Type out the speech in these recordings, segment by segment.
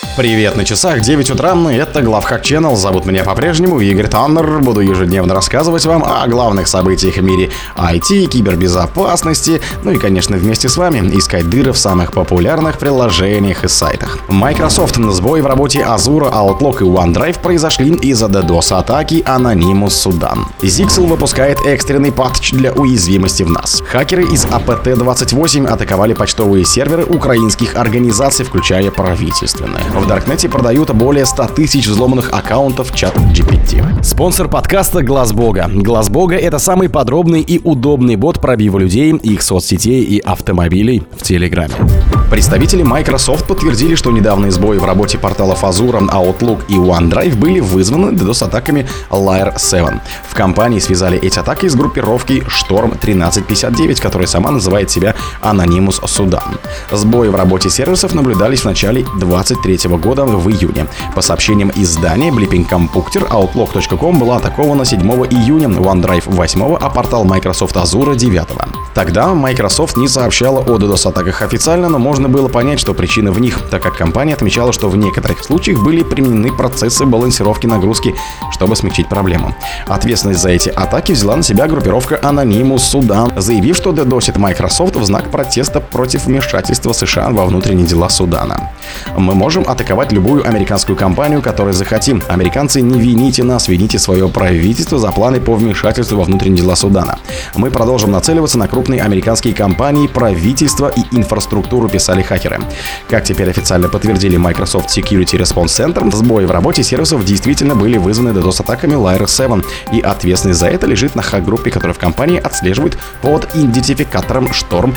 Привет, на часах 9 утра, это Главхак Channel, зовут меня по-прежнему Игорь Таннер. Буду ежедневно рассказывать вам о главных событиях в мире IT, кибербезопасности, ну и, конечно, вместе с вами искать дыры в самых популярных приложениях и сайтах. Microsoft. Сбой в работе Azure, Outlook и OneDrive произошли из-за DDoS-атаки Anonymous Sudan. Zixel выпускает экстренный патч для уязвимости в NAS. Хакеры из APT-28 атаковали почтовые серверы украинских организаций, включая правительственные. В Даркнете продают более 100 тысяч взломанных аккаунтов ChatGPT. Спонсор подкаста Глаз Бога. Глаз Бога — это самый подробный и удобный бот пробива людей, их соцсетей и автомобилей в Телеграме. Представители Microsoft подтвердили, что недавние сбои в работе порталов Azure, Outlook и OneDrive были вызваны DDoS-атаками Layer 7. В компании связали эти атаки с группировки Storm 1359, которая сама называет себя Anonymous Sudan. Сбои в работе сервисов наблюдались в начале 2023 года в июне. По сообщениям издания Blipping Computer, Outlook.com была атакована 7 июня, OneDrive 8, а портал Microsoft Azure 9. Тогда Microsoft не сообщала о DDoS-атаках официально, но можно было понять, что причина в них, так как компания отмечала, что в некоторых случаях были применены процессы балансировки нагрузки, чтобы смягчить проблему. Ответственность за эти атаки взяла на себя группировка Anonymous Sudan, заявив, что дедосит Microsoft в знак протеста против вмешательства США во внутренние дела Судана. Мы можем атаковать любую американскую компанию, которую захотим. Американцы, не вините нас, вините свое правительство за планы по вмешательству во внутренние дела Судана. Мы продолжим нацеливаться на крупные американские компании, правительство и инфраструктуру, писали хакеры. Как теперь официально подтвердили Microsoft Security Response Center, сбои в работе сервисов действительно были вызваны DDoS-атаками Layer 7, и ответственность за это лежит на хак-группе, которую в компании отслеживают под идентификатором Storm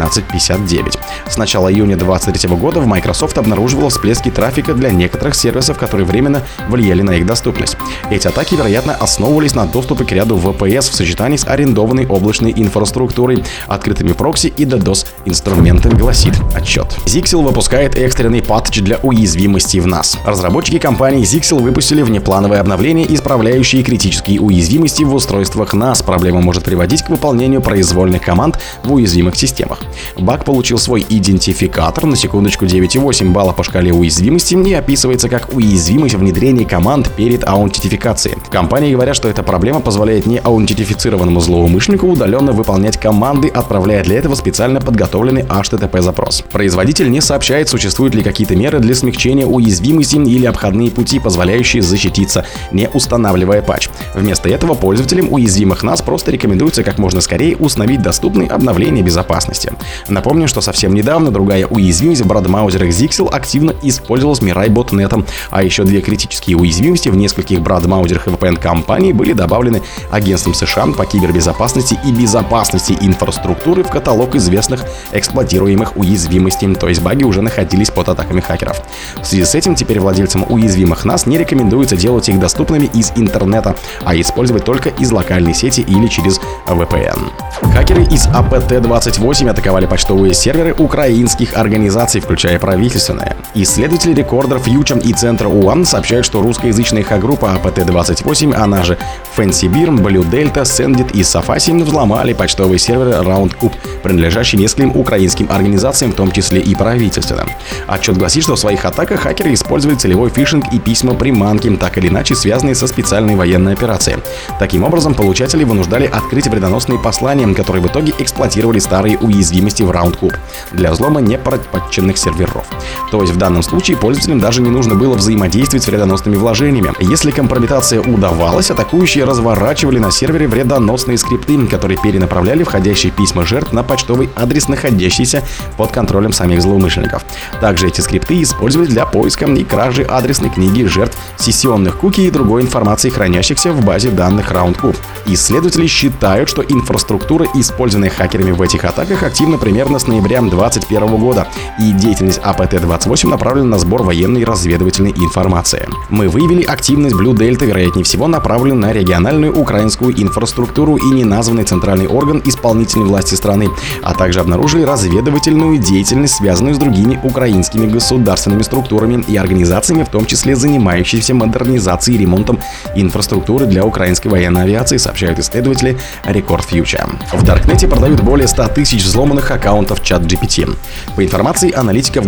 1359. С начала июня 2023 года в Microsoft обнаруживала всплески трафика для некоторых сервисов, которые временно влияли на их доступность. Эти атаки, вероятно, основывались на доступе к ряду VPS в сочетании с арендованной облачной инфраструктурой, открытыми прокси и DDoS-инструментами, гласит отчет. Zixel выпускает экстренный патч для уязвимости в NAS. Разработчики компании Zixel выпустили внеплановое обновление, исправляющее критические уязвимости в устройствах NAS. Проблема может приводить к выполнению произвольных команд в уязвимых системах. Баг получил свой идентификатор, на секундочку 9,8 балла по шкале уязвимости, и описывается как уязвимость внедрения команд перед аутентификацией. В компании говорят, что эта проблема позволяет неаутентифицированному злоумышленнику удаленно выполнять команды, отправляя для этого специально подготовленный HTTP-запрос. Производитель не сообщает, существуют ли какие-то меры для смягчения уязвимости или обходные пути, позволяющие защититься, не устанавливая патч. Вместо этого пользователям уязвимых NAS просто рекомендуется как можно скорее установить доступные обновления безопасности. Напомню, что совсем недавно другая уязвимость в браудмаузерах Zixel активно использовалась Mirai-ботнетом, а еще две критические уязвимости в нескольких браудмаузерах VPN-компаний были добавлены Агентством США по кибербезопасности и безопасности инфраструктуры в каталог известных эксплуатируемых уязвимостей, то есть баги уже находились под атаками хакеров. В связи с этим теперь владельцам уязвимых NAS не рекомендуется делать их доступными из интернета, а использовать только из локальной сети или через VPN. Хакеры из APT-28 атаковали почтовые серверы украинских организаций, включая правительственные. Исследователи Recorder Future и центра УАН сообщают, что русскоязычная хак-группа APT-28, она же FancyBear, Blue Delta, Sendit и Safasi взломали почтовый сервер RoundCube, принадлежащий нескольким украинским организациям, в том числе и правительственным. Отчет гласит, что в своих атаках хакеры использовали целевой фишинг и письма-приманки, так или иначе связанные со специальной военной операцией. Таким образом, получатели вынуждали открыть вредоносные послания, которые в итоге эксплуатировали старые уязвимости в RoundCube для взлома неподчиненных серверов. То есть в данном случае пользователям даже не нужно было взаимодействовать с вредоносными вложениями. Если компрометация удавалась, атакующие разворачивали на сервере вредоносные скрипты, которые перенаправляли входящие письма жертв на почтовый адрес, находящийся под контролем самих злоумышленников. Также эти скрипты использовались для поиска и кражи адресной книги жертв, сессионных куки и другой информации, хранящихся в базе данных RoundCube. Исследователи считают, что инфраструктура, использованная хакерами в этих атаках, активна примерно с ноября 2021 года, и деятельность APT-28 направлена на сбор военной и разведывательной информации. Мы выявили активность Blue Delta, вероятнее всего направленную на региональную украинскую инфраструктуру и неназванный центральный орган исполнительной власти страны, а также обнаружили разведывательную деятельность, связанную с другими украинскими государственными структурами и организациями, в том числе занимающимися модернизацией и ремонтом инфраструктуры для украинской военной авиации, сообщают исследователи Record Future. В Даркнете продают более 100 тысяч взломанных аккаунтов ChatGPT. По информации аналитиков группы IBM,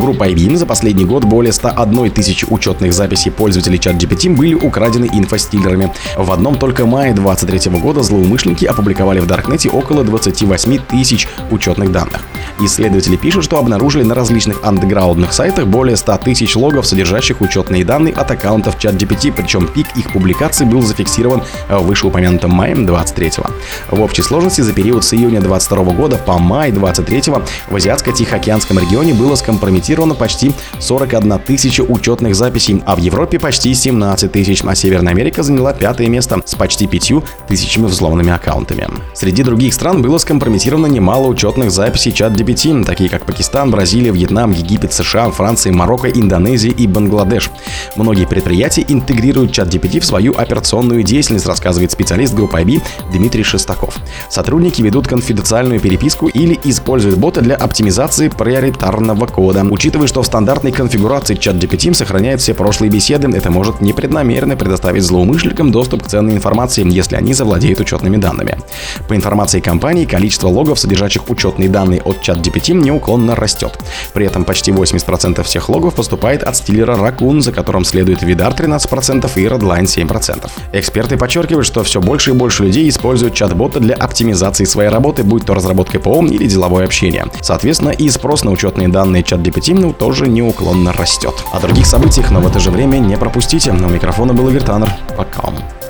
Другим за последний год более 101 тысячи учетных записей пользователей ChatGPT были украдены инфостиллерами. В одном только мае 2023 года злоумышленники опубликовали в Даркнете около 28 тысяч учетных данных. Исследователи пишут, что обнаружили на различных андеграундных сайтах более 100 тысяч логов, содержащих учетные данные от аккаунтов ChatGPT, причем пик их публикаций был зафиксирован в вышеупомянутом мае 23-го. В общей сложности за период с июня 22 года по май 23-го в Азиатско-Тихоокеанском регионе было скомпрометировано почти 41 тысяча учетных записей, а в Европе почти 17 тысяч, а Северная Америка заняла 5-е место с почти 5 тысячами взломанными аккаунтами. Среди других стран было скомпрометировано немало учетных записей ChatGPT, такие как Пакистан, Бразилия, Вьетнам, Египет, США, Франция, Марокко, Индонезия и Бангладеш. Многие предприятия интегрируют ChatGPT в свою операционную деятельность, рассказывает специалист группы IB Дмитрий Шестаков. Сотрудники ведут конфиденциальную переписку или используют бота для оптимизации приоритарного кода. Учитывая, что в стандартной конфигурации ChatGPT сохраняет все прошлые беседы, это может непреднамеренно предоставить злоумышленникам доступ к ценной информации, если они завладеют учетными данными. По информации компании, количество логов, содержащих учетные данные от ChatGPT, неуклонно растет. При этом почти 80% всех логов поступает от стилера Raccoon, за которым следует Vidar 13% и Redline 7%. Эксперты подчеркивают, что все больше и больше людей используют чат-бота для оптимизации своей работы, будь то разработка ПО или деловое общение. Соответственно, и спрос на учетные данные ChatGPT тоже неуклонно растет. О других событиях, но в это же время не пропустите. У микрофона был Игорь Таннер. Пока.